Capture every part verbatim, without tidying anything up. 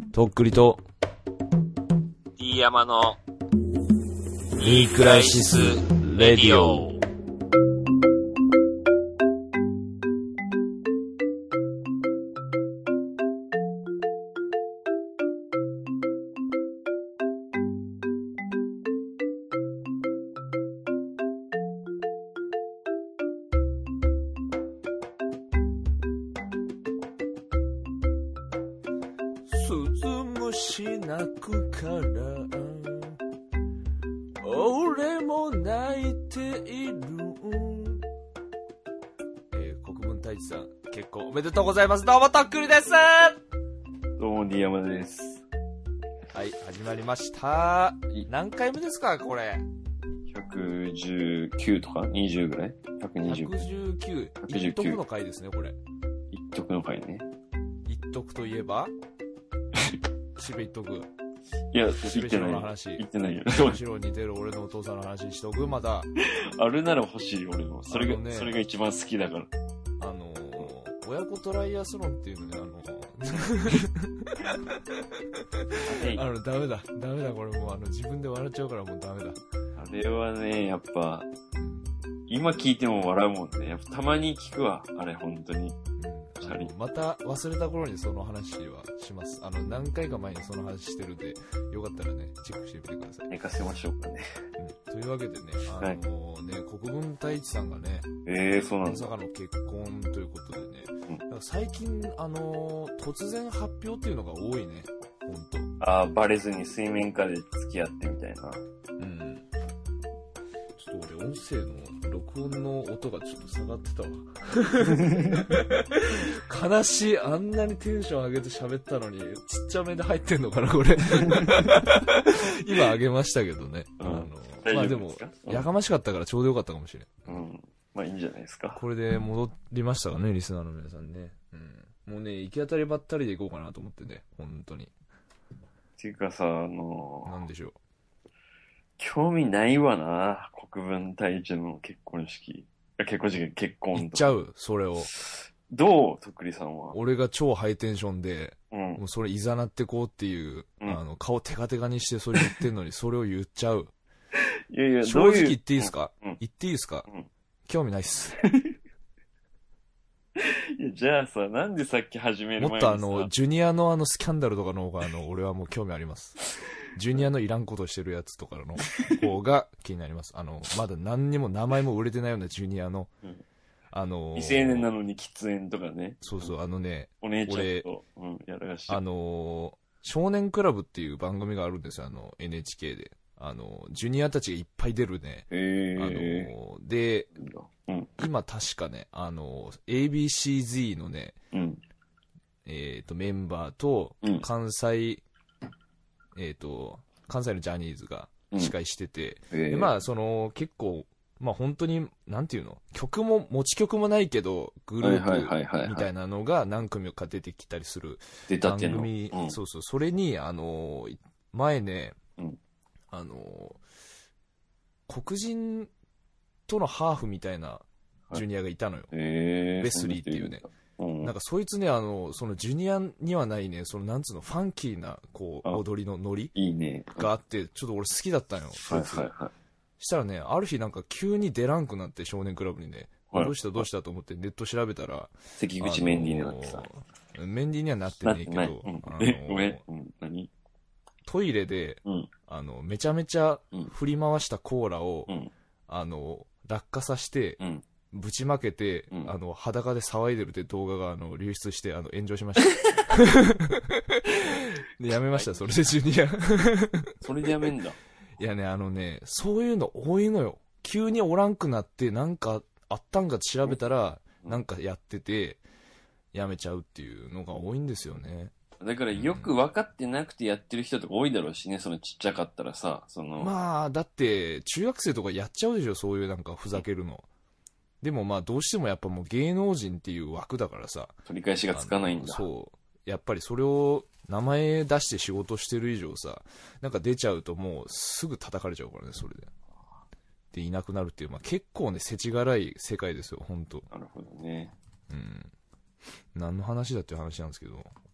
とっくりと D 山のニークライシスレディオ。 鈴虫鳴くから俺も泣いている、えー、国分太一さん結婚おめでとうございます。どうもとっくりです。 どうも D 山です。 はい、始まりました。何回目ですかこれ。 ひゃくじゅうきゅうとかにじゅうぐらい ?ひゃくにじゅう。 ひゃくじゅうきゅう。一徳の回ですねこれ。 一徳の回ね。 一徳といえばしべ一徳。 いや、 しべしろの話。 言ってないよ。 しべしろに似てる俺のお父さんの話しとく。まだあれなら欲しい俺も。それが、 ね、 それが一番好きだから。 あのー、親子トライアスロンっていうのね、あのあのダメだダメだこれもうあの自分で笑っちゃうからもうダメだ。 あれはねやっぱ今聞いても笑うもんね。やっぱたまに聞くわあれ本当に。 あのまた忘れた頃にその話はします。あの何回か前にその話してるんでよかったらねチェックしてみてください。 寝かせましょうかね。 うん、というわけでねあのー、ね、はい、国分太一さんがね、 えー、そうなんだ。 まさかの結婚ということでね、 うん、 なんか最近あのー、突然発表っていうのが多いね本当。 ああバレずに水面下で付き合ってみたいな。 うん。ちょっと俺音声の録音の音がちょっと下がってたわ悲しい。あんなにテンション上げて喋ったのにちっちゃめで入ってんのかなこれ今上げましたけどね、うん、あのまあでも、うん、やかましかったからちょうどよかったかもしれん。 うん、まあいいんじゃないですか。 これで戻りましたかねリスナーの皆さんね、うん、もうね行き当たりばったりでいこうかなと思ってね本当に。 っていうかさ、あのー、 なんでしょう。 興味ないわな、国分太一の結婚式。結婚式、結婚と。 行っちゃう、それを。 どうとっくりさんは。 俺が超ハイテンションで、 うん、 もうそれいざなってこうっていう、 うん、 あの、顔テカテカにしてそれ言ってんのに、それを言っちゃう。 いやいや、 正直言っていいですか、 うんうん、 言っていいですか、 うん、 興味ないっす。 いや、じゃあさ、なんでさっき始める前にさ。 もっとあの、ジュニアのあの、スキャンダルとかの方が、あの、俺はもう興味あります。ジュニアのいらんことしてるやつとかの方が気になります。あの、まだ何にも名前も売れてないようなジュニアの、うん、あのー、 未成年なのに喫煙とかね。 そうそう、あのね、 お姉ちゃんと、うん、やらかして。 あのー、少年クラブっていう番組があるんですよ、あの、エヌエイチケー で。あの、ジュニアたちがいっぱい出るね。 えー、 あのー、で、 うん、 今確かね、あの、エービーシーズイのね、 うん、 えっと、メンバーと、関西、うん、えっと、関西のジャニーズが司会してて、うんえー、でまあ、その、結構、まあ本当に、なんていうの曲も、持ち曲もないけど、グループみたいなのが何組か出てきたりする番組、うん、そうそう、それに、あの、前ね、 うん、 あの、黒人とのハーフみたいなジュニアがいたのよ。 はいえー、 レスリーっていうね。うん、なんかそいつね、あの、そのジュニアにはないね、そのなんつうの、ファンキーな、こう、踊りのノリいいね。 があって、ちょっと俺好きだったのよ。 はいはいはい。 したらね、ある日なんか急に出らんくなって少年クラブにね、はい、どうしたどうしたと思ってネット調べたら、 関口メンディーになってさ。 メンディーにはなってねえけど、 うん、あのー、ごめん、うん、何トイレで、 うん、 あの、めちゃめちゃ振り回したコーラを、 うん、あの、落下させて、 うんぶちまけて、うん、あの裸で騒いでるって動画があの流出してあの炎上しましたでやめましたそれでジュニアそれでやめんだ。 いやねあのねそういうの多いのよ。急におらんくなってなんかあったんか調べたら、うん、なんかやっててやめちゃうっていうのが多いんですよね。 だからよく分かってなくてやってる人とか多いだろうしね、そのちっちゃかったらさ、そのまあだって中学生とかやっちゃうでしょそういうなんかふざけるの、うんでもまあどうしてもやっぱもう芸能人っていう枠だからさ取り返しがつかないんだ。 そうやっぱりそれを名前出して仕事してる以上さなんか出ちゃうともうすぐ叩かれちゃうからねそれででいなくなるっていう、まあ、結構ね世知辛い世界ですよ本当。 なるほどね。 うん何の話だっていう話なんですけど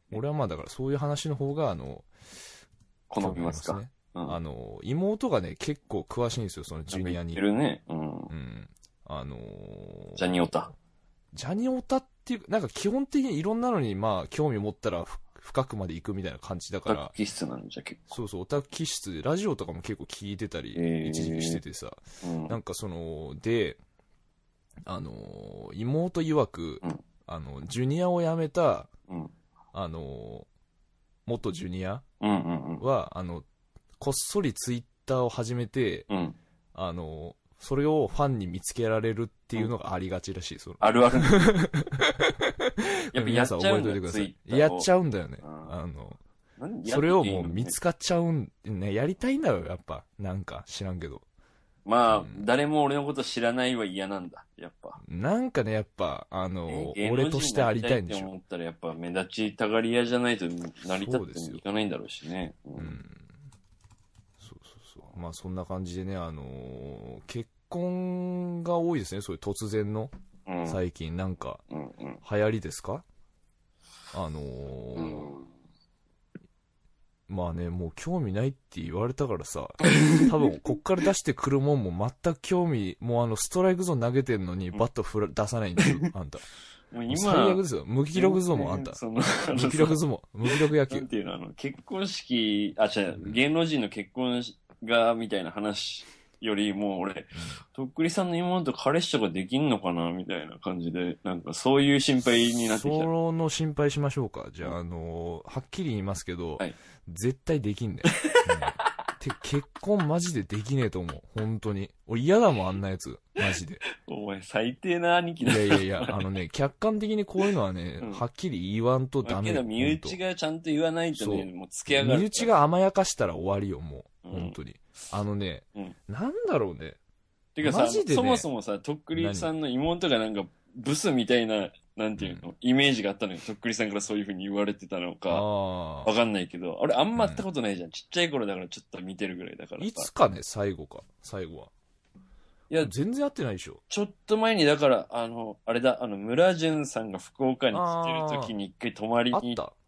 俺はまあだからそういう話の方が、あの、 好みますか。 ね、うん、あの、妹がね、結構詳しいんですよ、そのジュニアに。 言ってるね。うん。 うん。あのー、 ジャニオタ。 ジャニオタっていう、なんか基本的にいろんなのにまあ興味持ったら深くまで行くみたいな感じだから。 オタク気質なんじゃ結構。 そうそう、オタク気質で、ラジオとかも結構聞いてたり、一時期しててさ、 うん、 なんかその、で、あのー、妹曰く、 うん、 あの、ジュニアを辞めた、 うん、 あのー、元ジュニアは、 うんうんうん、 あの、こっそりツイッターを始めて、 うん、 あのー、それをファンに見つけられるっていうのがありがちらしい。そのあるある。 やっぱ皆さん覚えておいてください。やっちゃうんだよね。あの、それをもう見つかっちゃうんね、やりたいんだよ、やっぱ。なんか知らんけど。 まあ、うん、誰も俺のこと知らないは嫌なんだ、やっぱ。 なんかね、やっぱ、あの、俺としてありたいんでしょ。 って思ったらやっぱ目立ちたがり屋じゃないと成り立ってもいかないんだろうしね。 うん。うん、そうそうそう。まあそんな感じでね、あのー、結婚が多いですね、そういう突然の。うん、最近なんか、 うんうん、 流行りですか？あのー、うん、まあね、もう興味ないって言われたからさ、多分こっから出してくるもんも全く興味、もうあのストライクゾーン投げてんのにバット振ら出さないんですよ、あんた。もう今最悪ですよ。無気力相撲あんた。無気力相撲。無気力野球。 なんていうの、あの、結婚式、あ、違う、芸能人の結婚が、みたいな話よりも、俺、うん、とっくりさんの妹彼氏とかできんのかなみたいな感じで、なんかそういう心配になってきた。 その心配しましょうか。じゃあ、あのー、はっきり言いますけど、はい、絶対できんね、うん、て結婚マジでできねえと思う。本当に。俺嫌だもん、あんなやつ。マジで。 お前最低な兄貴だ。 いやいやいや、あのね、客観的にこういうのはね、うん、はっきり言わんとダメ。 けど身内がちゃんと言わないとね、もう付け上がる。 身内が甘やかしたら終わりよ、もう。本当に。うん、あのね、うん、なんだろうね。 てかさ、マジでね、そもそもさ、とっくりさんの妹がなんかブスみたいな、なんていうの、うん、イメージがあったのよ。とっくりさんからそういう風に言われてたのか、わかんないけど、俺あんま会ったことないじゃん。うん、ちっちゃい頃だからちょっと見てるぐらいだからさ。 いつかね、最後か、最後は。いや、全然会ってないでしょ。 ちょっと前に、だから、あの、あれだ、あの、村淳さんが福岡に来てる時に一回泊まりに行って、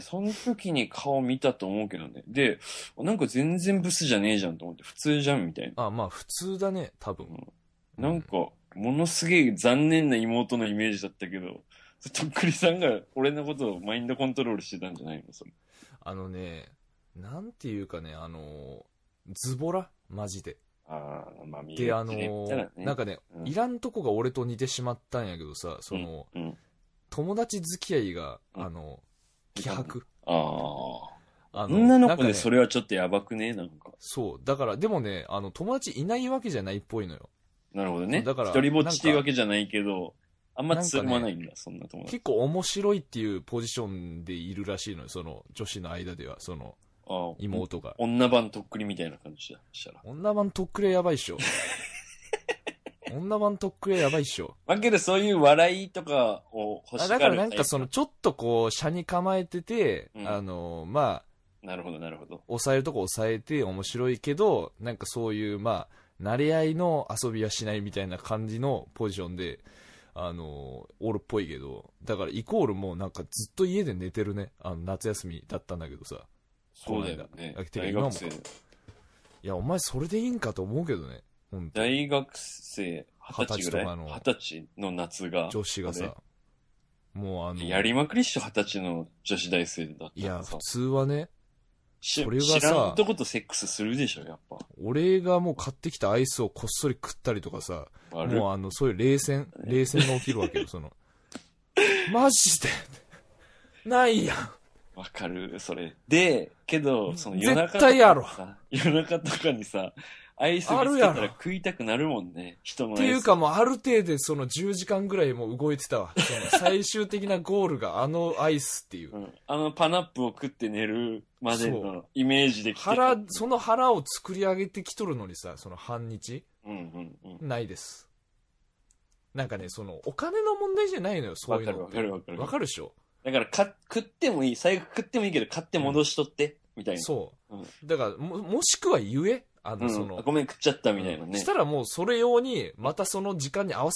その時に顔見たと思うけどね。で、なんか全然ブスじゃねえじゃんと思って、普通じゃんみたいな。 あ、まあ普通だね、多分。 うん、なんか、ものすげえ残念な妹のイメージだったけど、とっくりさんが俺のことをマインドコントロールしてたんじゃないのそれ。 あのね、なんていうかね、あの、ズボラマジで。 ああ、まあ、見えで、あのーね、なんかね、うん、いらんとこが俺と似てしまったんやけどさ、その、うんうん、友達付き合いが、あの、希薄。 ああ。あの、女の子で、ね、それはちょっとやばくねなんか。 そう。だから、でもね、あの、友達いないわけじゃないっぽいのよ。 なるほどね。だから、一人ぼっちっていうわけじゃないけど、あんまつるまないんだ、ね、そんな友達。 結構面白いっていうポジションでいるらしいのよ、その、女子の間では、その、ああ妹が。 女版とっくりみたいな感じだしたら。 女版とっくりやばいっしょ。女版とっくりやばいっしょ。 まあけどそういう笑いとかを欲しがる。 だからなんかそのちょっとこう、車に構えてて、うん、あの、まあ。なるほどなるほど。 抑えるとこ抑えて面白いけど、なんかそういうまあ、慣れ合いの遊びはしないみたいな感じのポジションで、あの、おるっぽいけど、だからイコールもうなんかずっと家で寝てるね。あの、夏休みだったんだけどさ。 そうだよね。 大学生。いや、お前それでいいんかと思うけどね。 本当大学生、二十歳ぐらい二十歳の夏が。 女子がさ、もうあの。 やりまくりっしょ、二十歳の女子大生だったらさ。 いや、普通はね。 それがさ、知らん男とセックスするでしょ、やっぱ。 俺がもう買ってきたアイスをこっそり食ったりとかさ、もうあの、そういう冷戦、冷戦が起きるわけよ、その。マジでないやん。 わかる、それ。で、けど、その夜中とか絶対やろ。 夜中とかにさ、アイス見つけたら食いたくなるもんね、人のアイス。 っていうかもうある程度そのじゅうじかんぐらいもう動いてたわ。その最終的なゴールがあのアイスっていう。うん、 あのパナップを食って寝るまでのイメージで来て腹、その腹を作り上げてきとるのにさ、その半日、 うんうんうん、 ないです。なんかね、そのお金の問題じゃないのよ、そういうの。 わかるわかるわかる。 わかるでしょ。 だからか、食ってもいい。最悪食ってもいいけど、買って戻しとって、うん、みたいな。 そう。うん、だからも、もしくは言え。あの、その、 うん、ごめん食っちゃったみたいなね、うん。 したらもうそれ用に、またその時間に合わせ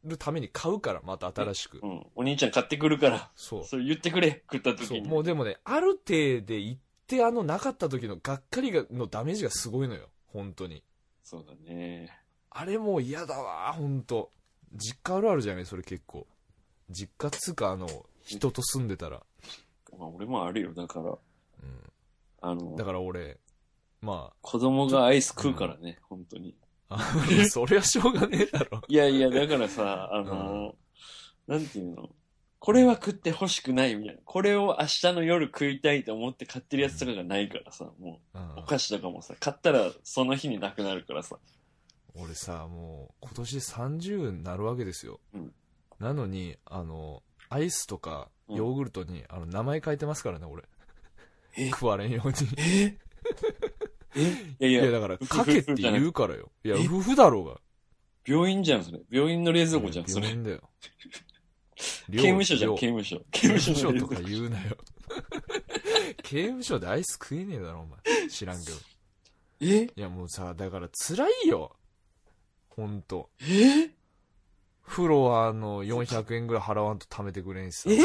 るために買うから、また新しく。 うん。お兄ちゃん買ってくるから。 そう。 それ言ってくれ、食った時に。 そう。もうでもね、ある程度行って、あの、なかった時のがっかりがのダメージがすごいのよ。本当に。 そうだね。 あれもう嫌だわ、本当実家あるあるじゃない、それ結構。実家っつうか、あの、人と住んでたら。 まあ、俺もあるよ、だから。うん。あの、 だから俺、まあ。 子供がアイス食うからね、うん、本当に。 あ、それはしょうがねえだろ。 いやいや、だからさ、あの、うん、なんていうの、これは食って欲しくないみたいな。これを明日の夜食いたいと思って買ってるやつとかがないからさ、もう、うん、お菓子とかもさ、買ったらその日になくなるからさ。 俺さ、もう、今年さんじゅうになるわけですよ。うん、なのに、あの、アイスとかヨーグルトに、うん、あの名前書いてますからね、俺。食われんように。 ええいやいや。 いや、だから、かけって言うからよ。いや、夫婦だろうが。 病院じゃん、それ。病院の冷蔵庫じゃん、それ。 病院だよ。 刑務所じゃん、刑務所。 刑務所とか言うなよ。刑務所でアイス食えねえだろ、お前。知らんけど。 えいや、もうさ、だから辛いよ。ほんと。 え風呂はあの、よんひゃくえんぐらい払わんと貯めてくれんしさ。も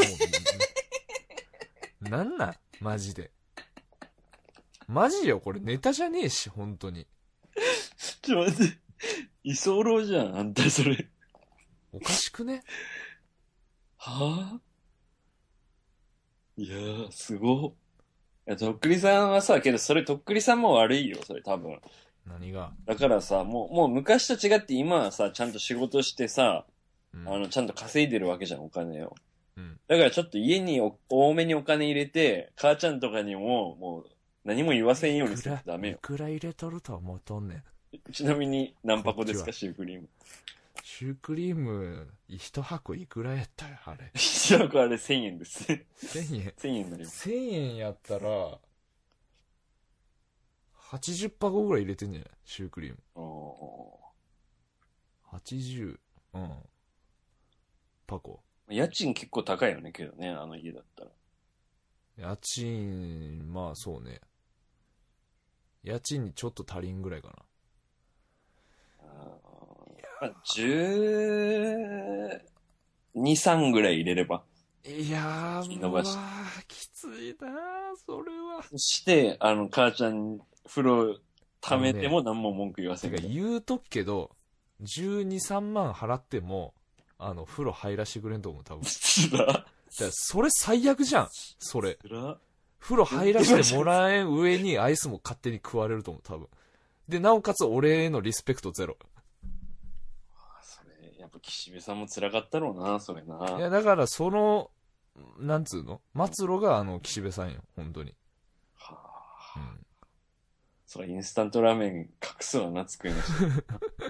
うなんなんマジで。マジよ、これネタじゃねえし、ほんとに。 ちょっと待って。居候じゃん、あんたそれ。 おかしくね？ はぁ、あ、いやー、すごっ。いや、とっくりさんはさ、けどそれとっくりさんも悪いよ、それ多分。 何が？ だからさ、もう、もう昔と違って今はさ、ちゃんと仕事してさ、うん、あの、ちゃんと稼いでるわけじゃん、お金を。うん。だからちょっと家にお多めにお金入れて、母ちゃんとかにも、もう、何も言わせんようにするとダメよ。 いくら入れとると思っとんねん。 ちなみに何箱ですか、シュークリーム。 シュークリーム、一箱いくらやったよ、あれ。 一箱あれ千円です。 千円千円になります。 千円やったら、はちじゅっ箱ぐらい入れてんじゃないシュークリーム。はちじゅう、うん。箱。 家賃結構高いよね、けどね、あの家だったら。 家賃、まあそうね。家賃にちょっと足りんぐらいかな。 あ、じゅうに、さんぐらい入れれば。 いやー、うわー、きついなー、それは。 そして、あの、母ちゃん、風呂、貯めても何も文句言わせん。てか言うとくけど、じゅうに、さんまん払っても、あの、風呂入らしてくれんと思う、多分。 つら。 じゃそれ最悪じゃん、それ。つら。風呂入らしてもらえん上にアイスも勝手に食われると思う、多分。で、なおかつ俺へのリスペクトゼロ。 それ、やっぱ岸辺さんも辛かったろうな、それな。 いや、だからその、なんつうの末路があの、岸辺さんよ、本当に。はぁ、あ。うん。それインスタントラーメン隠すわな、机の下。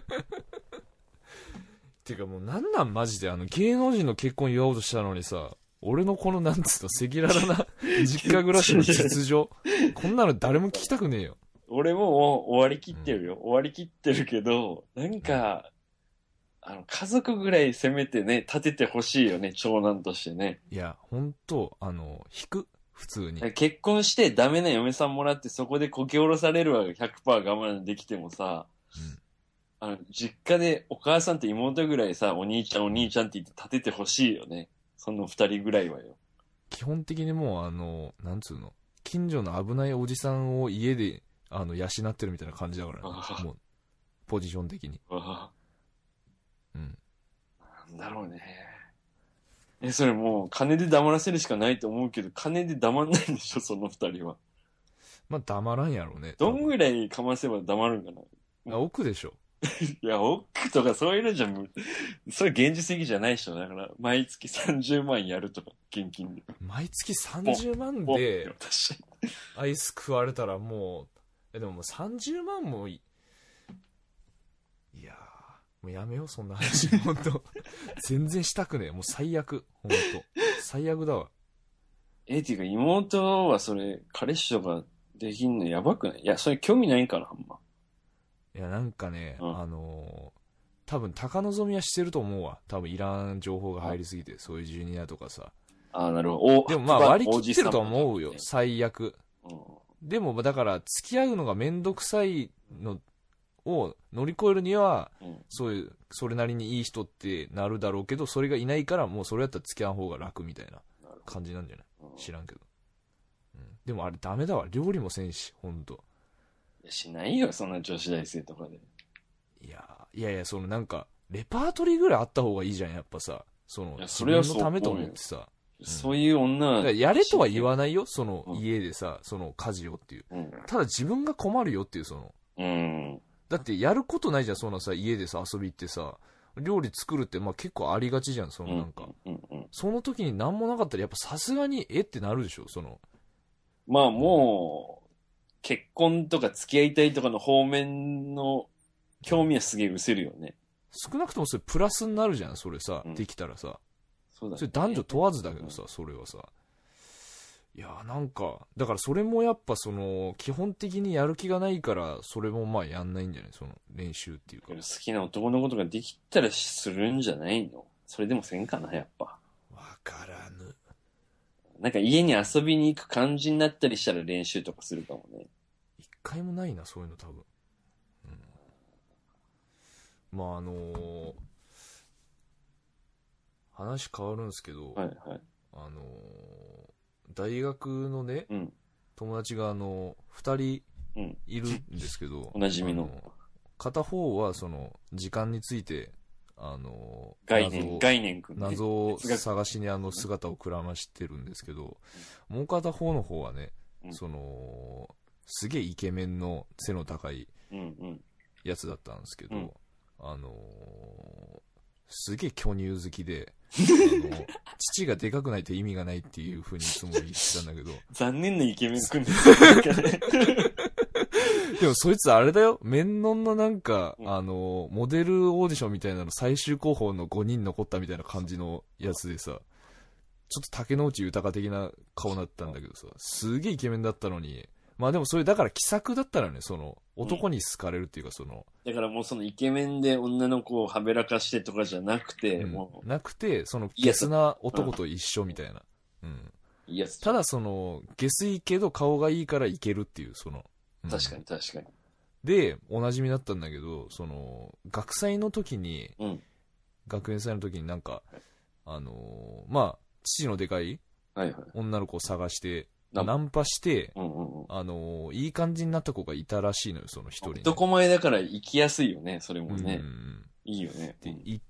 てかもうなんなんマジで、あの、芸能人の結婚祝おうとしたのにさ、俺のこのなんつうの、赤裸々な実家暮らしの実情。こんなの誰も聞きたくねえよ。 俺も終わりきってるよ。うん、終わりきってるけど、なんか、あの、家族ぐらいせめてね、立ててほしいよね、長男としてね。 いや、ほんと、あの、引く普通に。 結婚してダメな嫁さんもらってそこでこけ下ろされるわ ひゃくパーセント 我慢できてもさ、うん、あの、実家でお母さんと妹ぐらいさ、お兄ちゃんお兄ちゃんって言って立ててほしいよね。その二人ぐらいはよ。 基本的にもうあの、なんつうの、近所の危ないおじさんを家で、あの、養ってるみたいな感じだからね。もう、ポジション的に。あうん。なんだろうね。え、それもう、金で黙らせるしかないと思うけど、金で黙んないんでしょ、その二人は。 まあ、黙らんやろうね。 どんぐらいかませば黙るんかな。 あ、奥でしょ。 いや、奥とかそういうのじゃ、それ現実的じゃないでしょ。だから、毎月さんじゅうまんやるとか、現金で。 毎月さんじゅうまんで、アイス食われたらもう、え、でももうさんじゅうまんもい、いやー、もうやめよう、そんな話。ほんと。全然したくねえ。もう最悪。ほんと。最悪だわ。 え、っていうか妹はそれ、彼氏とかできんのやばくない？いや、それ興味ないんかな、あんま。 いや、なんかね、うん、あのー、多分高望みはしてると思うわ。多分いらん情報が入りすぎて、そういうジュニアとかさ。 ああ、なるほど。 でもまあ割り切ってると思うよ、最悪。うん、でもだから付き合うのがめんどくさいのを乗り越えるには、うん、そういうそれなりにいい人ってなるだろうけど、それがいないからもうそれやったら付き合う方が楽みたいな感じなんじゃない？知らんけど、うん、でもあれダメだわ、料理もせんし、ほんと。 いやしないよ、そんな女子大生とかで。 いやいやいや、そのなんかレパートリーぐらいあった方がいいじゃん、やっぱさ、その自分のためと思ってさ。 そういう女、 うん、やれとは言わないよ、その家でさ、その家事をっていう、うん、ただ自分が困るよっていう、その、うん、だってやることないじゃん、そんなさ、家でさ遊び行ってさ料理作るって、まあ結構ありがちじゃん、そのなんか、うんうんうんうん、その時に何もなかったらやっぱさすがにえってなるでしょ、その。 まあもう結婚とか付き合いたいとかの方面の興味はすげえ失せるよね。 少なくともそれプラスになるじゃん、それさ、うん、できたらさ。そうだね、それ男女問わずだけどさ、うん、それはさ、いやーなんかだからそれもやっぱその基本的にやる気がないからそれもまあやんないんじゃない、その練習っていうか。 好きな男のことができたらするんじゃないの？それでもせんかな、やっぱ。 わからぬ。 なんか家に遊びに行く感じになったりしたら練習とかするかもね。 一回もないな、そういうの多分。うん、まああのー、話変わるんですけど、 はいはい、 あのー、大学のね、うん、友達があのふたりいるんですけど、 おなじみの片方はその時間についてあの概念概念くん、 ね、謎を探しにあの姿をくらましてるんですけど、うん、もう片方の方はね、うん、そのすげえイケメンの背の高いやつだったんですけど、うんうん、あのー、すげえ巨乳好きであの父がでかくないと意味がないっていう風にいつも言ってたんだけど残念なイケメンくんですねでもそいつあれだよ、メンノンのなんか、うん、あのモデルオーディションみたいなの最終候補のごにん残ったみたいな感じのやつでさ、ちょっと竹野内豊的な顔だったんだけどさ、すげえイケメンだったのに、まあでもそれだから気さくだったらね、その男に好かれるっていうか、その、 うん、だからもうそのイケメンで女の子をはべらかしてとかじゃなくて、 うん、 もうなくてそのゲスな男と一緒みたいな、うん、いやただそのゲスいけど顔がいいからいけるっていうその、 うん、確かに確かに。 でおなじみだったんだけど、その学祭の時に、うん、学園祭の時になんか、あのー、まあ父のでかい女の子を探して、はいはい、ナンパして、うんうんうん、あのー、いい感じになった子がいたらしいのよ、その一人、ね、 男前だから行きやすいよね、それもね、うん、いいよね。 で行って、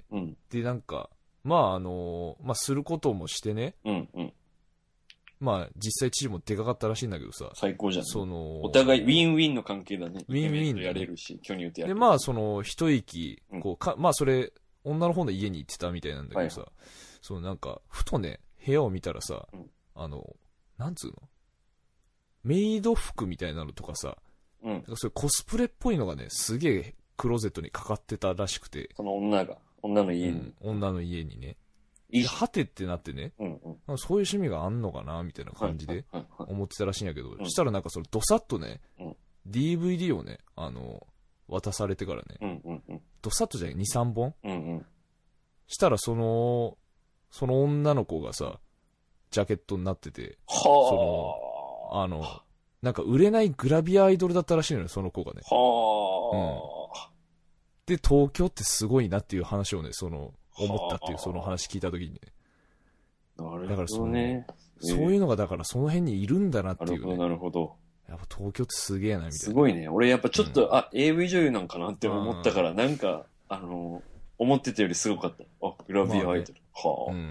うん、でなんかまああのー、まあすることもしてね、うんうん、まあ実際父もでかかったらしいんだけどさ、 最高じゃん。そのお互いウィンウィンの関係だね。 ウィンウィンとやれるし、巨乳とやれるし。 でまあその一息こうか、うん、まあそれ女の方の家に行ってたみたいなんだけどさ、はい、そのなんかふとね部屋を見たらさ、うん、あのなんつうのメイド服みたいなのとかさ、うん、なんかそれコスプレっぽいのがねすげえクローゼットにかかってたらしくて、 その女が女の家に、 うん、女の家にね。はてってなってね、うんうん、そういう趣味があんのかなみたいな感じで思ってたらしいんやけど、うん、そしたらなんかそのどさっとね、うん、ディーブイディー をね、あの渡されてからね、うんうんうん、どさっとじゃない にさんぼん、うんうん、したらそのその女の子がさジャケットになってて、そのあのなんか売れないグラビアアイドルだったらしいのよ、その子がね。は、うん、で東京ってすごいなっていう話をね、その思ったっていうその話聞いた時にね。 なるほどね。だからその、えー、そういうのがだからその辺にいるんだなっていう、ね。 なるほどなるほど。 やっぱ東京ってすげえなみたいな。 すごいね。俺やっぱちょっと、うん、あ エーブイ 女優なんかなって思ったから、うん、なんかあの思ってたよりすごかった。あグラビアアイドル、まあね、はあ。うん。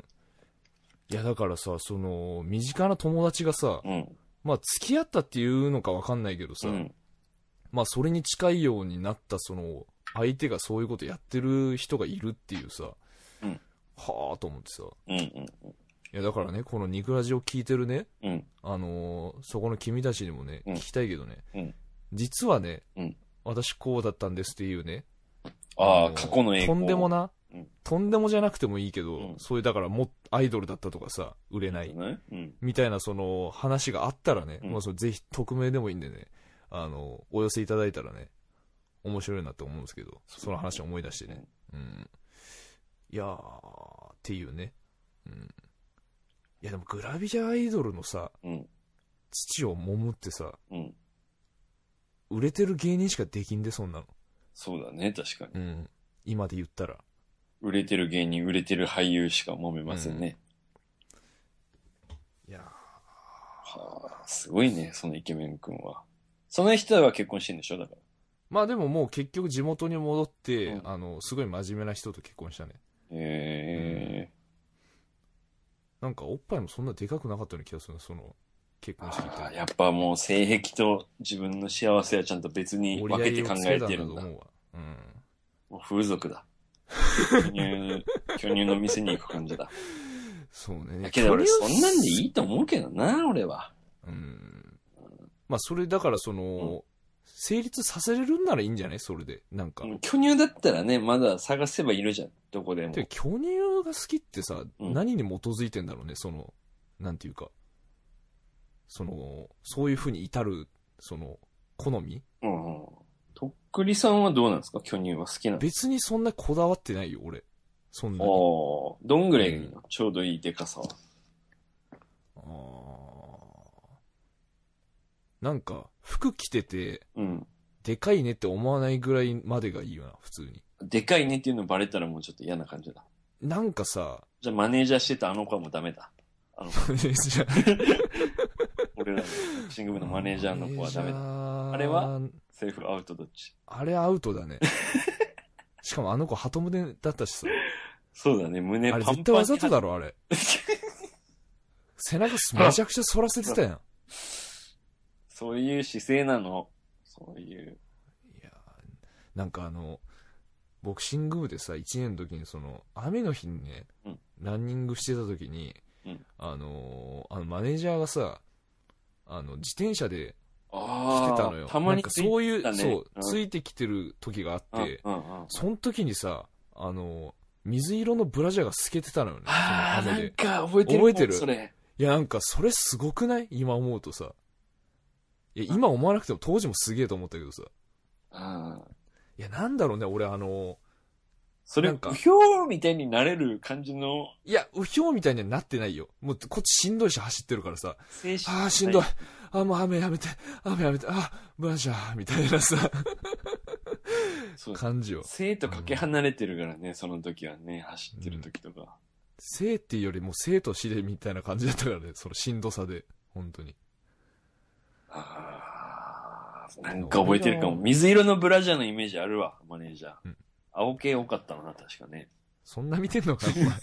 いやだからさ、その身近な友達がさ、うん、まあ付き合ったっていうのかわかんないけどさ、うん、まあそれに近いようになったその相手がそういうことやってる人がいるっていうさ、うん、はぁと思ってさ、うんうんうん、いやだからねこのニクラジを聞いてるね、うん、あのー、そこの君たちにもね、うん、聞きたいけどね、うん、実はね、うん、私こうだったんですっていうね、 ああ過去の栄光とんでもな、うん、とんでもじゃなくてもいいけど、うん、そういうだからもアイドルだったとかさ売れない、ねうん、みたいなその話があったらね、うん、まあ、そのぜひ匿名でもいいんでね、あのお寄せいただいたらね面白いなって思うんですけど、その話を思い出してね、うん、いやーっていうね、うん、いやでもグラビアアイドルのさ、うん、父を揉むってさ、うん、 売れてる芸人しかできんで、そんなの。 そうだね、確かに。 うん。今で言ったら。 売れてる芸人、売れてる俳優しか揉めませんね。 うん、いやー。はあ、すごいね、そのイケメン君は。その人は結婚してんでしょ、だから。 まあでももう結局地元に戻って、うん、あの、すごい真面目な人と結婚したね。 へえー。なんかおっぱいもそんなでかくなかったような気がする、その、結婚式って。 やっぱもう性癖と自分の幸せはちゃんと別に分けて考えてるんだ。うん。もう風俗だ。巨乳、巨乳の店に行く感じだ。 そうね。 だけど俺そんなんでいいと思うけどな、俺は。 うん。まあそれだからその、うん、成立させれるんならいいんじゃないそれで。なんか。 巨乳だったらね、まだ探せばいるじゃん。どこでも。 で、巨乳が好きってさ、うん、何に基づいてんだろうね、その、なんていうか。その、そういう風に至る、その、好みうん、うん。とっくりさんはどうなんですか巨乳は好きなの？ 別にそんなこだわってないよ、俺。そんなに。 ああ、どんぐらいがいいの、うん、ちょうどいいでかさは。 ああ。なんか、服着てて、うん。でかいねって思わないぐらいまでがいいよな、普通に。 でかいねっていうのバレたらもうちょっと嫌な感じだ。 なんかさ。 じゃあマネージャーしてたあの子はもうダメだ。あの子。マネージャー。俺らのボクシング部のマネージャーの子はダメだ。あれはセーフアウトどっち？ あれアウトだね。しかもあの子鳩胸だったしさ。 そうだね、胸パンパン。 あれ絶対わざとだろ、あれ。背中めちゃくちゃ反らせてたやん。 そういう姿勢なの。そういう。 いや、なんかあの、ボクシング部でさ、いちねんの時にその、雨の日にね、うん、ランニングしてた時に、うん、あのー、あのマネージャーがさ、あの、自転車で来てたのよ。 たまについてたね。 そういう、そう、うん、ついてきてる時があって、うんうんうんうん、その時にさ、あの、水色のブラジャーが透けてたのよね。 ああ、なんか覚えてる。 覚えてる。 それ。 いや、なんか、それすごくない？今思うとさ。いや、今思わなくても当時もすげえと思ったけどさ。 ああ。 いや、なんだろうね、俺あの、 それ、うひょーみたいになれる感じの。 いや、うひょーみたいにはなってないよ。もう、こっちしんどいし走ってるからさ。ああ、しんどい。ああ、もう雨やめて。雨やめて。ああ、ブラジャー。みたいなさ。感じよ。 生とかけ離れてるからね、うん、その時はね、走ってる時とか。うん、 生っていうよりも生と死でみたいな感じだったからね、そのしんどさで。本当に。 ああ、なんか覚えてるかも。水色のブラジャーのイメージあるわ、マネージャー。うん青系多かったな、確かね。 そんな見てんのか、お前。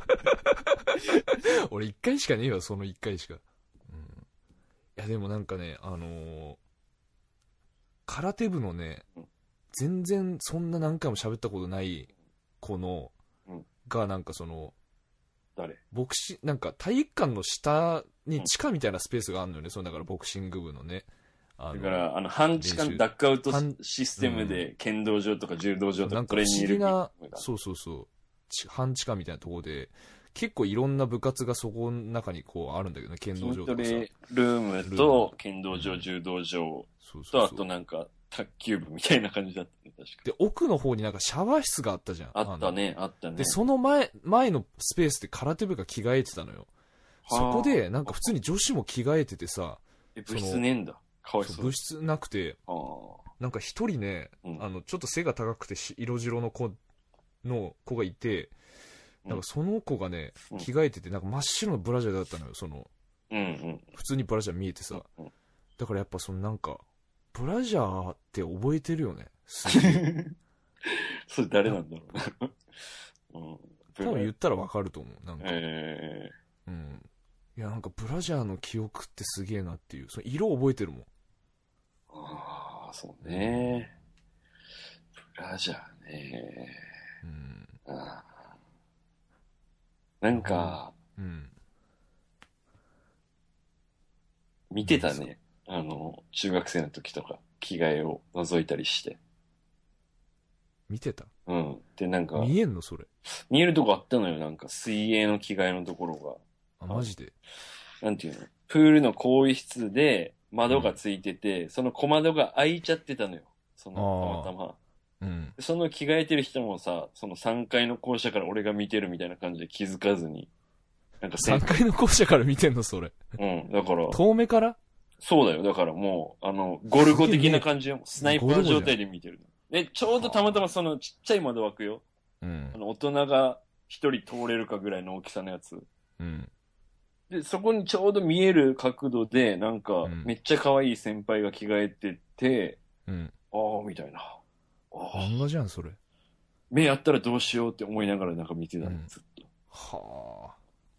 俺一回しかねえわ、その一回しか。うん、いや、でもなんかね、あのー、空手部のね、うん、全然そんな何回も喋ったことない子の、うん、がなんかその、 誰？ ボクシなんか体育館の下に地下みたいなスペースがあるのよね、うん、そのだからボクシング部のね。 だから、あの、半地下のダックアウトシステムで、剣道場とか柔道場とかトレーニング。 なんか不思議な、そうそうそう、半地下みたいなところで、結構いろんな部活がそこの中にこうあるんだけどね、剣道場とかさ。 筋トレルームと、剣道場、柔道場と、あとなんか、卓球部みたいな感じだったね、確か。 で、奥の方になんかシャワー室があったじゃん。 あったね、あったね。 で、その前、前のスペースで空手部が着替えてたのよ。そこで、なんか普通に女子も着替えててさ、 え、部室ねえんだ。かわいそう。 物質なくて、なんか一人ね、うん、あの、ちょっと背が高くて色白の子の子がいて、なんかその子がね、うん、着替えてて、なんか真っ白のブラジャーだったのよ、その、 うんうん、 普通にブラジャー見えてさ、うんうん、だからやっぱそのなんか、ブラジャーって覚えてるよね、すげえ。 それ誰なんだろうな。うん、 多分言ったらわかると思う、なんか。 えー、うん。いや、なんかブラジャーの記憶ってすげえなっていう、その色覚えてるもん。 ああ、そうね。ブラジャーね。うん。あなんか、うん。見てたね。あの、中学生の時とか、着替えを覗いたりして。 見てた？ うん。で、なんか。 見えんのそれ。 見えるとこあったのよ、なんか水泳の着替えのところが。あ、マジで？ なんていうの？プールの更衣室で、窓がついてて、うん、その小窓が開いちゃってたのよ。その、たまたま。うん。その着替えてる人もさ、そのさんがいの校舎から俺が見てるみたいな感じで気づかずに。 なんかさんがいの校舎から見てんのそれ。 うん、だから。 遠目から？ そうだよ。だからもう、あの、ゴルゴ的な感じよ。スナイパー状態で見てるの。で、ちょうどたまたまそのちっちゃい窓枠よ。うん。あの、大人が一人通れるかぐらいの大きさのやつ。うん。で、そこにちょうど見える角度で、なんか、めっちゃ可愛い先輩が着替えてて、うん。ああ、みたいな。ああ。漫画じゃん、それ。 目やったらどうしようって思いながらなんか見てたの、うん、ずっと。はあ。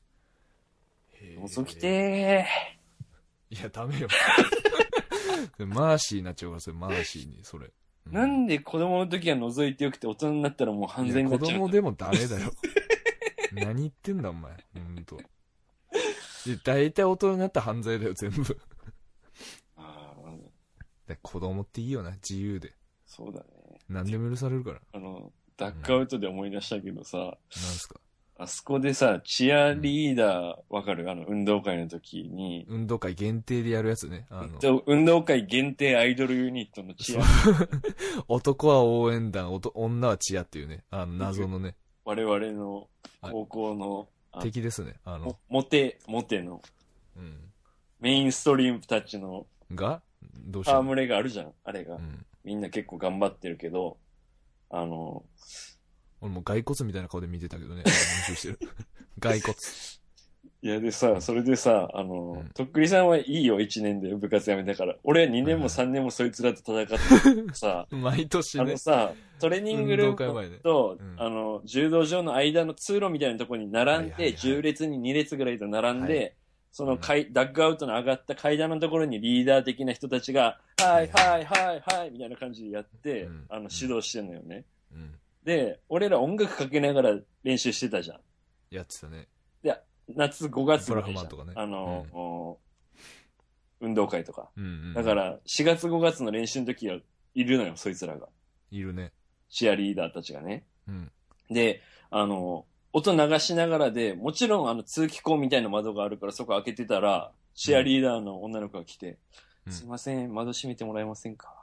覗きてー。いや、ダメよ。マーシーになっちゃうから、それ、マーシーに、それ。 うん、なんで子供の時は覗いてよくて大人になったらもう犯罪になっちゃう。 子供でもダメだよ。何言ってんだ、お前。ほんと。大体大人になったら犯罪だよ、全部。ああ。子供っていいよな、自由で。 そうだね。 何でも許されるから。 あの、ダックアウトで思い出したけどさ。うん、なんすか。 あそこでさ、チアリーダー、わ、うん、かるあの、運動会の時に。 運動会限定でやるやつね。あの。運動会限定アイドルユニットのチア。 男は応援団、女はチアっていうね。あの、謎のね。 我々の高校の。 敵ですね。あの。 モテ、モテの。うん。メインストリームたちの。 がどうしたの？ 戯れがあるじゃん、あれが。うん、みんな結構頑張ってるけど、あの、 俺もう骸骨みたいな顔で見てたけどね。練習してる。骸骨。 いや、でさ、それでさ、あの、うん、とっくりさんはいいよ、いちねんで部活辞めたから。俺はにねんもさんねんもそいつらと戦ってさ、 毎年ね。 あのさ、トレーニングルームと、うん、あの、柔道場の間の通路みたいなところに並んで、はいはいはい、じゅう列にに列ぐらいと並んで、はい、その階、うん、ダッグアウトの上がった階段のところにリーダー的な人たちが、はいはいはいはいみたいな感じでやって、うん、あの、指導してんのよね。うん、で、俺ら音楽かけながら練習してたじゃん。 やってたね。 で、夏ごがつぐらいじゃん。とかね。あの、うん、運動会とか、うんうん。だから、しがつごがつの練習の時はいるのよ、そいつらが。 いるね。 チアリーダーたちがね。うん、で、あの、音流しながらで、もちろんあの通気口みたいな窓があるからそこ開けてたら、チアリーダーの女の子が来て、うん、すいません、窓閉めてもらえませんか？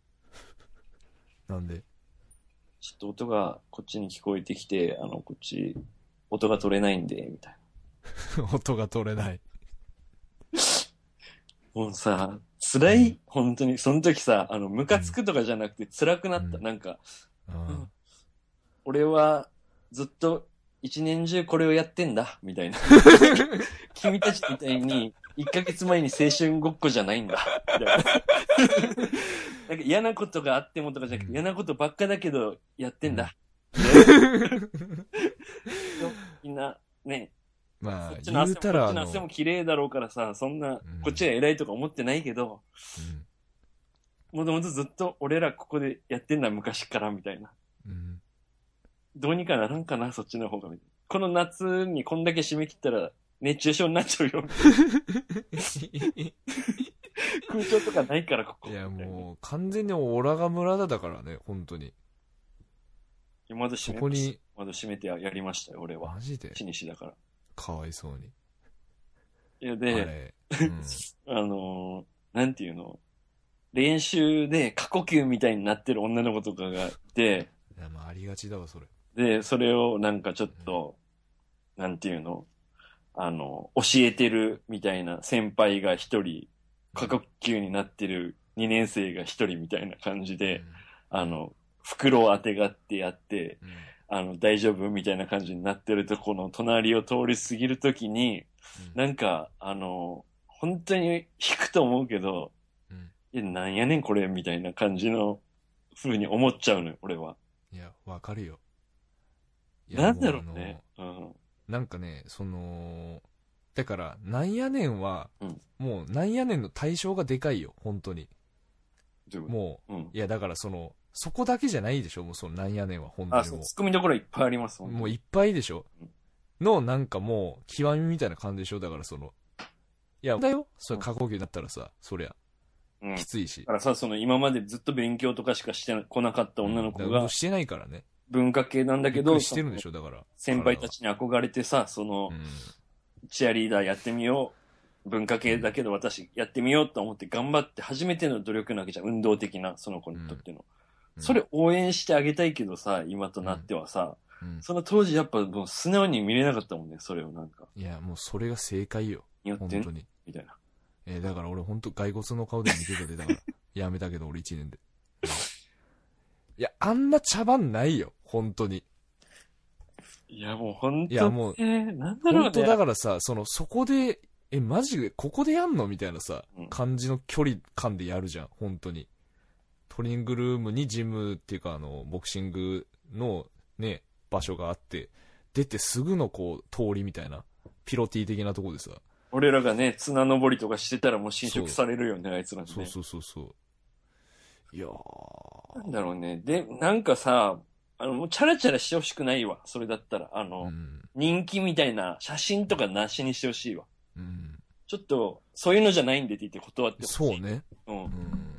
なんで？ ちょっと音がこっちに聞こえてきて、あの、こっち、音が取れないんで、みたいな。音が取れない。 もうさ、辛い、うん、本当に、その時さ、あの、ムカつくとかじゃなくて辛くなった。うん、なんか、うん、俺はずっと一年中これをやってんだ、みたいな。君たちみたいに、一ヶ月前に青春ごっこじゃないんだ、みたいな。なんか嫌なことがあってもとかじゃなくて、嫌なことばっかだけど、やってんだ。みんな、ね。 まあ、言うたら、 こっちの汗も綺麗だろうからさ、そんな、こっちが偉いとか思ってないけど、うん、もともとずっと俺らここでやってんだ、昔から、みたいな。うん、どうにかならんかな、そっちの方が。この夏にこんだけ締め切ったら、熱中症になっちゃうよ。空調とかないから、ここ。 いや、もう、完全にオラが村田だからね、本当に。 窓閉めました。窓閉めてやりましたよ、俺は。 マジで？ 死に死だから。 かわいそうに。 いや、で、あ,、うん、あのー、なんていうの、練習で過呼吸みたいになってる女の子とかがいて、 いや、まあ、ありがちだわ、それ。 で、それをなんかちょっと、うん、なんていうの、あの、教えてるみたいな先輩が一人、過呼吸になってる二年生が一人みたいな感じで、うん、あの、袋を当てがってやって、うん、あの、大丈夫みたいな感じになってるとこの隣を通り過ぎるときに、うん、なんか、あの、本当に引くと思うけど、うん、いや、なんやねんこれみたいな感じの風に思っちゃうのよ、俺は。 いや、わかるよ。 なんだろうね。うん、 なんかね、その、だから、なんやねんは、うん、もう、なんやねんの対象がでかいよ、本当に。もう、うん、いや、だからその、そこだけじゃないでしょ、もうそのなんやねんは、本当にもう。あ、そう、 ツッコミどころいっぱいありますもんね。もういっぱいでしょ。うん、の、なんかもう、極みみたいな感じでしょ、だからその、いや、だよ、それ過呼吸だったらさ、そりゃ、うん、きついし。 だからさ、その、今までずっと勉強とかしかしてこなかった女の子が、 うん、してないからね。 文化系なんだけど、 してるんでしょ、だから。 先輩たちに憧れてさ、その、うん、チアリーダーやってみよう。文化系だけど私やってみようと思って頑張って初めての努力なわけじゃん。運動的な、その子にとっての。うん、それ応援してあげたいけどさ、今となってはさ、うん、その当時やっぱもう素直に見れなかったもんね、それをなんか。 いや、もうそれが正解よ。 によって、本当に。みたいな。 えー、だから俺ほんと骸骨の顔で見てたで、だから。やめたけど俺いちねんで。いや、あんな茶番ないよ、本当に。 いや、もう本当いや、もう、 えー、なんだろうね。 本当だからさ、その、そこで、え、マジで、ここでやんのみたいなさ、うん、感じの距離感でやるじゃん、本当に。トレーニングルームにジムっていうか、あの、ボクシングのね、場所があって、出てすぐのこう、通りみたいな、ピロティ的なとこでさ。 俺らがね、綱登りとかしてたらもう侵食されるよね、あいつらね。 そうそうそうそう。いやー。 なんだろうね。で、なんかさ、あの、もうチャラチャラしてほしくないわ。それだったら。あの、うん、人気みたいな写真とかなしにしてほしいわ。うん、ちょっと、そういうのじゃないんでって言って断ってほしい。 そうね。 うん。うん、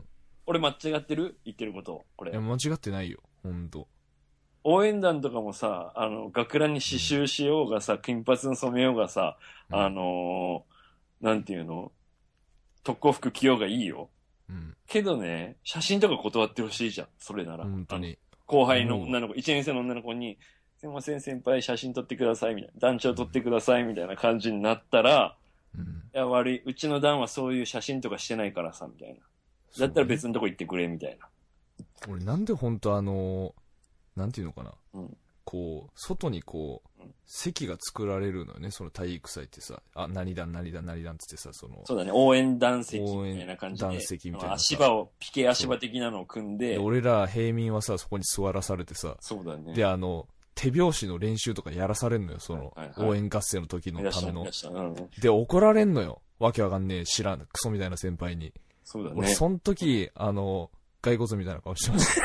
俺間違ってる言ってること、これ。 いや、間違ってないよ。ほんと。 応援団とかもさ、あの、学ランに刺繍しようがさ、金髪に染めようがさ、うん、あのー、なんていうの特攻服着ようがいいよ。うん。けどね、写真とか断ってほしいじゃん。それなら。 本当に。 後輩の女の子、いちねん生の女の子に、すいません先輩写真撮ってくださいみたいな、団長撮ってくださいみたいな感じになったら、うん、いや悪い、うちの団はそういう写真とかしてないからさ、みたいな。だったら別のとこ行ってくれ、みたいな。 俺なんで本当あの、なんていうのかな。うん、こう、外にこう、うん、席が作られるのよね、その体育祭ってさ。あ、何団何団何団つってさ、その。 そうだね、応援団席みたいな感じで。 応援団席みたいな。 足場を、ピケ足場的なのを組んで。 で俺ら平民はさ、そこに座らされてさ。 そうだね。 で、あの、手拍子の練習とかやらされんのよ、その、はいはい、応援合戦の時のための。うん、で、怒られんのよ。わけわかんねえ、知らん、クソみたいな先輩に。 そうだね。 俺、その時、あの、骸骨みたいな顔してました。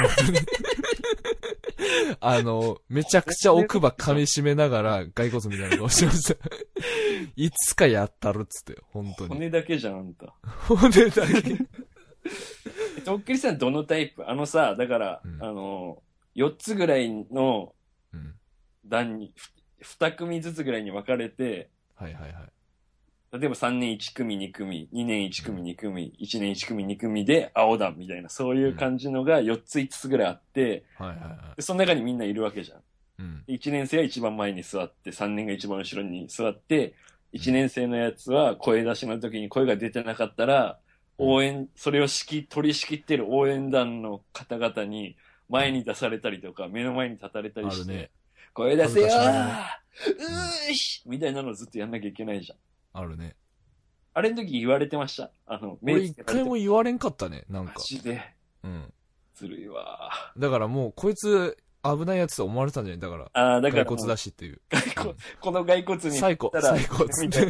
あの、めちゃくちゃ奥歯噛み締めながら骸骨みたいな顔してました。いつかやったるっつって、本当に。 骨だけじゃん、あんた。 骨だけ。 とっくりさんどのタイプあのさ、だから、うん、あの、よっつぐらいの段に、に組ずつぐらいに分かれて、 はいはいはい。 例えばさんねんいち組に組、にねんいち組に組、いちねんいち組に組で青団みたいな、そういう感じのがよっついつつぐらいあって、 うん、はいはいはい。 でその中にみんないるわけじゃん。うん、いちねん生は一番前に座って、さんねんが一番後ろに座って、いちねん生のやつは声出しの時に声が出てなかったら、応援、それを仕切、取り仕切ってる応援団の方々に前に出されたりとか、目の前に立たれたりして、ね、声出せよー、うーしみたいなのをずっとやんなきゃいけないじゃん。 あるね。 あれの時言われてました。あの、 俺一回も言われんかったね、なんか。 マジで。 うん。 ずるいわ。 だからもう、こいつ、危ないやつと思われたんじゃないだから。 ああ、だから。 骸骨だしっていう。 骸骨、この骸骨に。 最高、最高っつって。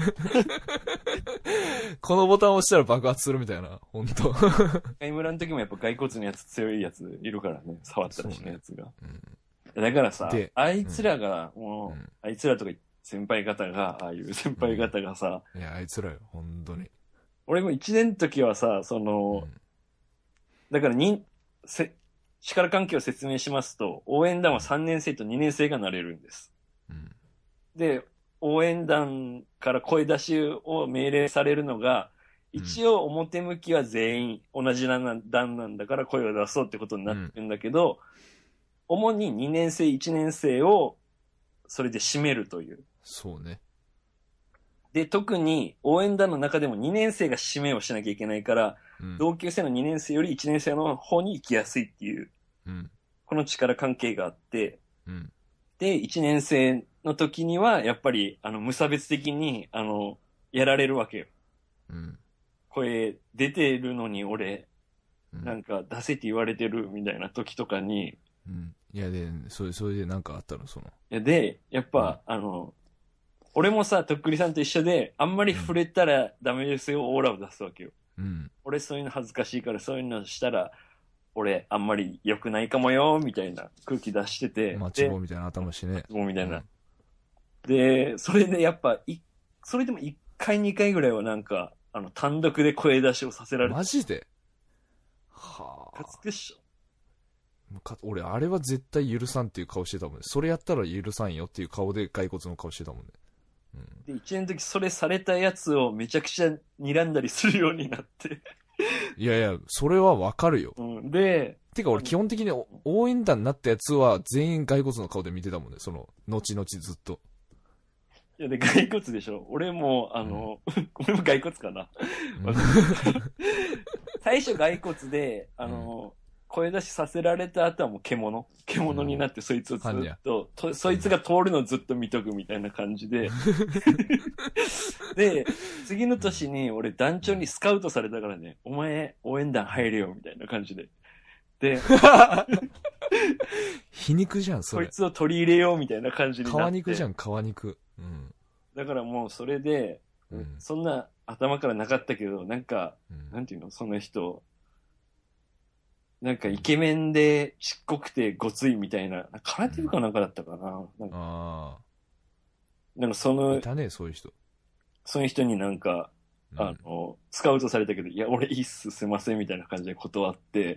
このボタンを押したら爆発するみたいな、ほんと。 ガイムラの時もやっぱ骸骨のやつ強いやついるからね、触ったらしのやつが。ねうん、だからさ、あいつらが、もう、うん、あいつらとか先輩方が、ああいう先輩方がさ、 うん、いや、あいつらよ、ほんとに。 俺も一年の時はさ、その、うん、だからに、せ、力関係を説明しますと、応援団はさんねん生とにねん生がなれるんです。うん、で、応援団から声出しを命令されるのが、一応表向きは全員同じ団なんだから声を出そうってことになってるんだけど、うん、主ににねん生、いちねん生をそれで締めるという。 そうね。 で、特に応援団の中でもにねん生が締めをしなきゃいけないから、うん、同級生のにねん生よりいちねん生の方に行きやすいっていう、うん、この力関係があって、うん、で、いちねん生の時には、やっぱり、あの、無差別的に、あの、やられるわけよ。うん、声出てるのに俺、うん、なんか出せって言われてるみたいな時とかに、 うん、いやで、それ、それでなんかあったのその。 いやで、やっぱ、うん、あの、俺もさ、とっくりさんと一緒で、あんまり触れたらダメですよ、オーラを出すわけよ。うん、俺そういうの恥ずかしいから、そういうのしたら、俺あんまり良くないかもよ、みたいな空気出してて。 マッチ棒みたいな頭してね。マッチ棒みたいな。うん、で、それでやっぱ、い、それでもいっかいにかいぐらいはなんか、あの、単独で声出しをさせられて。 マジではぁ。かつくっしょ。 俺、あれは絶対許さんっていう顔してたもんね。それやったら許さんよっていう顔で骸骨の顔してたもんね。 うん、で、一年の時それされたやつをめちゃくちゃ睨んだりするようになって。 いやいや、それはわかるよ。 うん、で、 てか俺基本的に応援団になったやつは全員骸骨の顔で見てたもんね。その、後々ずっと。 いや、で、骸骨でしょ。俺も、あの、うん、俺も骸骨かな。うん、最初骸骨で、あの、うん声出しさせられた後はもう獣獣になってそいつをずっと、とそいつが通るのをずっと見とくみたいな感じで。で、次の年に俺団長にスカウトされたからね、お前応援団入れよみたいな感じで。で、 皮肉じゃん、それ。 こいつを取り入れようみたいな感じになって。 皮肉じゃん、皮肉。うん。 だからもうそれで、うん、そんな頭からなかったけど、なんか、うん、なんていうの、その人、なんかイケメンでちっこくてごついみたいな、空手部かなんかだったかな。なんか、あなんかその、 いたね、そういう人。 その人になんか、うん、あの、スカウトされたけど、いや、俺いいっす、すいません、みたいな感じで断って、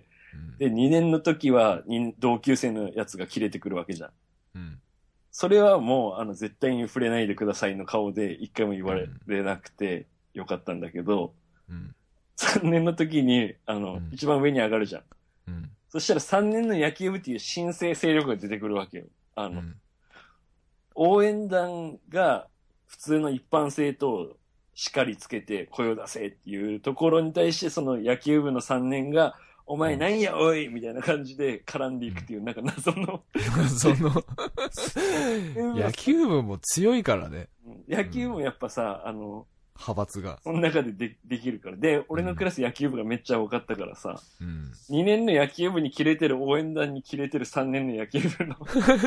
うん、で、にねんの時は、同級生のやつが切れてくるわけじゃん。うん、それはもう、あの、絶対に触れないでくださいの顔で、一回も言われなくてよかったんだけど、うん、さんねんの時に、あの、うん、一番上に上がるじゃん。うん、そしたらさんねんの野球部っていう新生勢力が出てくるわけよ。あの、うん、応援団が普通の一般生と叱りつけて声を出せっていうところに対してその野球部のさんねんがお前なんやおいみたいな感じで絡んでいくっていうなんか謎の謎の野球部も強いからね。 野球部もやっぱさ、あの、 派閥が。 その中で で, できるから。で、俺のクラス野球部がめっちゃ多かったからさ、うん、にねんの野球部に切れてる応援団に切れてるさんねんの野球部の。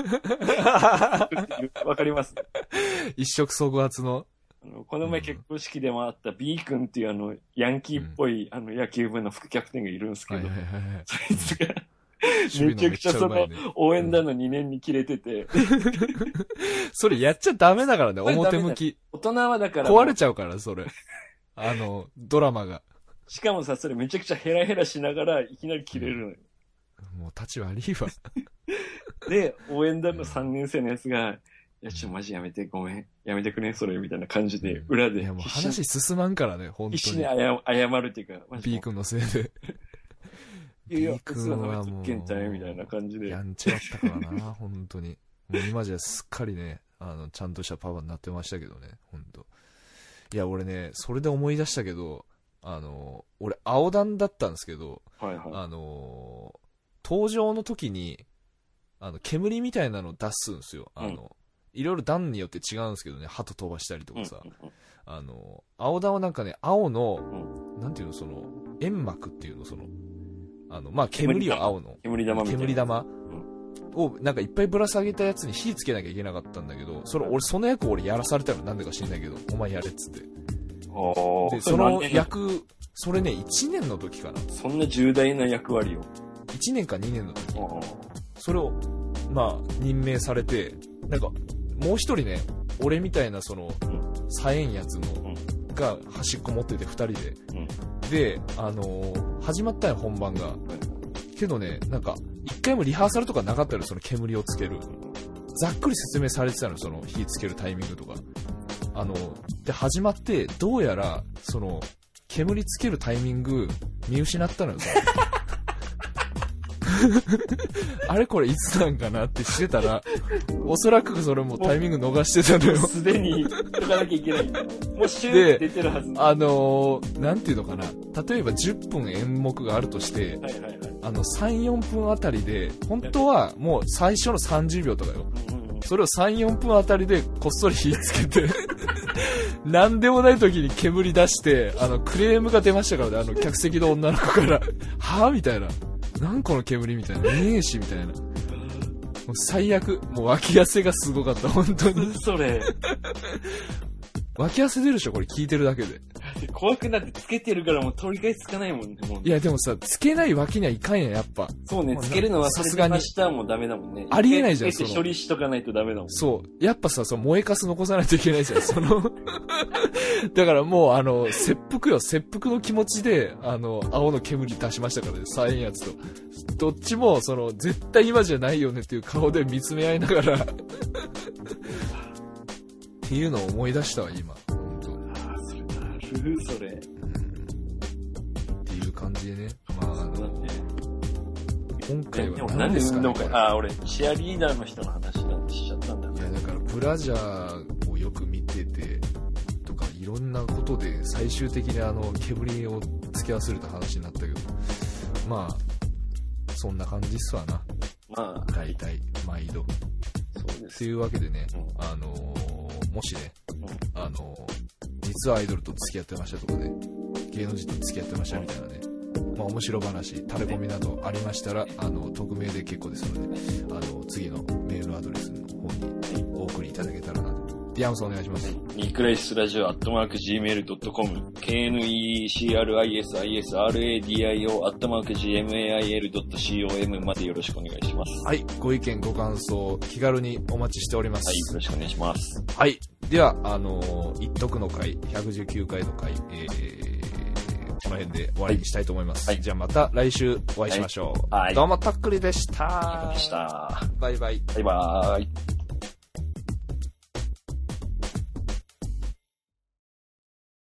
わかります、 一触即発の。 あのこの前結婚式でもあった B 君っていうあの、ヤンキーっぽい、うん、あの野球部の副キャプテンがいるんですけど、はいはいはいはい、そいつが、めちゃくちゃその応援団のにねんに切れてて、うん、 それやっちゃダメだからね、表向き。 大人はだから壊れちゃうからそれあのドラマが。 しかもさ、それめちゃくちゃヘラヘラしながらいきなり切れるのよ、 うん、もう立ち悪いわで応援団のさんねん生のやつが、いやちょっとマジやめてごめんやめてくれそれみたいな感じで裏で、 いやもう話進まんからね、本当に必死に謝るっていうか、 B 君のせいでいや、普通の特権隊みたいな感じで。 やんちゃだったからな、本当に。もう今じゃすっかりね、あの、ちゃんとしたパパになってましたけどね、本当。いや、俺ね、それで思い出したけど、あの、俺、青団だったんですけど、はいはい、あの、登場の時に、あの、煙みたいなの出すんですよ。あの、うん、いろいろ団によって違うんですけどね、鳩飛ばしたりとかさ、うんうんうん、あの、青団はなんかね、青の、うん、なんていうの、その、煙幕っていうの、その、あの、まあ、煙を青の。 煙玉みたいな。 煙玉を、なんかいっぱいぶら下げたやつに火つけなきゃいけなかったんだけど、それ、俺、その役俺やらされたのなんでか知んないけど、お前やれっつって。で、その役、それね、いちねんの時かな。 そんな重大な役割を。 いちねんかにねんの時。それを、まあ、任命されて、なんか、もう一人ね、俺みたいなその、さえんやつの、が端っこ持ってて二人で。で、あのー、始まったよ、本番が。けどね、なんか、一回もリハーサルとかなかったの、その煙をつける。ざっくり説明されてたの、その火つけるタイミングとか。あの、で、始まって、どうやら、その、煙つけるタイミング、見失ったのよ、あれこれいつなんかなってしてたら、おそらくそれもタイミング逃してたのよ。 すでに言っとかなきゃいけない。もうシューって出てるはず。 あのー、なんていうのかな。例えばじゅっぷん演目があるとして、はいはいはい、あのさん、よんぷんあたりで、本当はもう最初のさんじゅうびょうとかよ。それをさん、よんぷんあたりでこっそり火つけて、なんでもない時に煙出して、あの、クレームが出ましたからね、あの、客席の女の子から、はぁみたいな。なんこの煙みたいな。ねえし、みたいな。もう最悪。もう脇汗がすごかった、本当に。 それ。 脇汗出るでしょ、これ聞いてるだけで。 怖くなってつけてるからもう取り返しつかないもんね、もうね。 いや、でもさ、つけないわけにはいかんやん、やっぱ。 そうね、つけるのはさすがに。明日はもうダメだもんね。 ありえないじゃん、 その。処理しとかないとダメだもん。 そう。やっぱさ、その燃えかす残さないといけないじゃん、その。だからもう、あの、切腹よ、切腹の気持ちで、あの、青の煙出しましたからね、サインやつと。どっちも、その、絶対今じゃないよねっていう顔で見つめ合いながら。っていうのを思い出したわ、今。 それ、うん、 っていう感じでね、まあ、あの今回は何ですかね。ああ、俺チアリーダーの人の話なんてしちゃったんだ。 いやだからブラジャーをよく見て、 なことで最終的にあの煙をつけ忘れた話になったけど、まあそんな感じっすわな。 まあ大体毎度。 そうです。 というわけでね、うん、あのー、もしね、うん、あのー、実はアイドルと付き合ってましたとかね、芸能人と付き合ってましたみたいなね、まあ面白話、タレコミなどありましたら、あの匿名で結構ですので、あの次のメールアドレスの方にお送りいただけたらなと。ヤムさんお願いします。 ニクライスラジオアットマーク ジーメールドットコム ケーエヌイーシーアールアイエスアイエスアールエーディーアイオー アットマーク ジーエムエーアイエルドットコム までよろしくお願いします。 はい、ご意見ご感想気軽にお待ちしております。 はい、よろしくお願いします。 はい、ではあのー、一徳の会ひゃくじゅうきゅうかいの会、えー、この辺で終わりにしたいと思います。はい、じゃあまた来週お会いしましょう。はい、どうもたっくりでした。 でした。 バイバイ。 バイバイ。